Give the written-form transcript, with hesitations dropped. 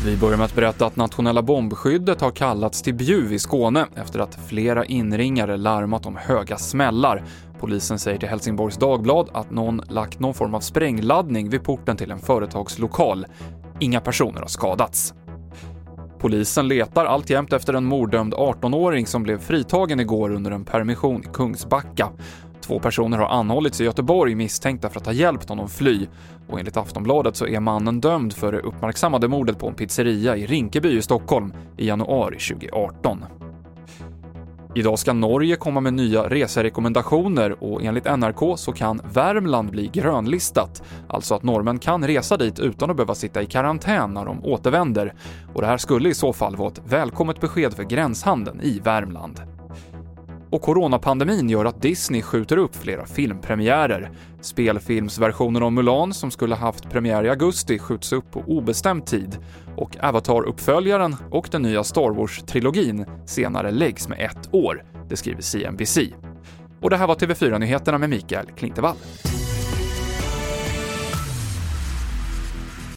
Vi börjar med att berätta att nationella bombskyddet har kallats till Bjuv i Skåne efter att flera inringare larmat om höga smällar. Polisen säger till Helsingborgs Dagblad att någon lagt någon form av sprängladdning vid porten till en företagslokal. Inga personer har skadats. Polisen letar alltjämt efter en morddömd 18-åring som blev fritagen igår under en permission i Kungsbacka. 2 personer har anhållits i Göteborg misstänkta för att ha hjälpt honom fly. Och enligt Aftonbladet så är mannen dömd för det uppmärksammade mordet på en pizzeria i Rinkeby i Stockholm i januari 2018. Idag ska Norge komma med nya reserekommendationer och enligt NRK så kan Värmland bli grönlistat. Alltså att norrmän kan resa dit utan att behöva sitta i karantän när de återvänder. Och det här skulle i så fall vara ett välkommet besked för gränshandeln i Värmland. Och coronapandemin gör att Disney skjuter upp flera filmpremiärer. Spelfilmsversionen av Mulan som skulle haft premiär i augusti skjuts upp på obestämd tid. Och Avatar-uppföljaren och den nya Star Wars-trilogin senare läggs med 1 år, det skriver CNBC. Och det här var TV4-nyheterna med Mikael Klintevall.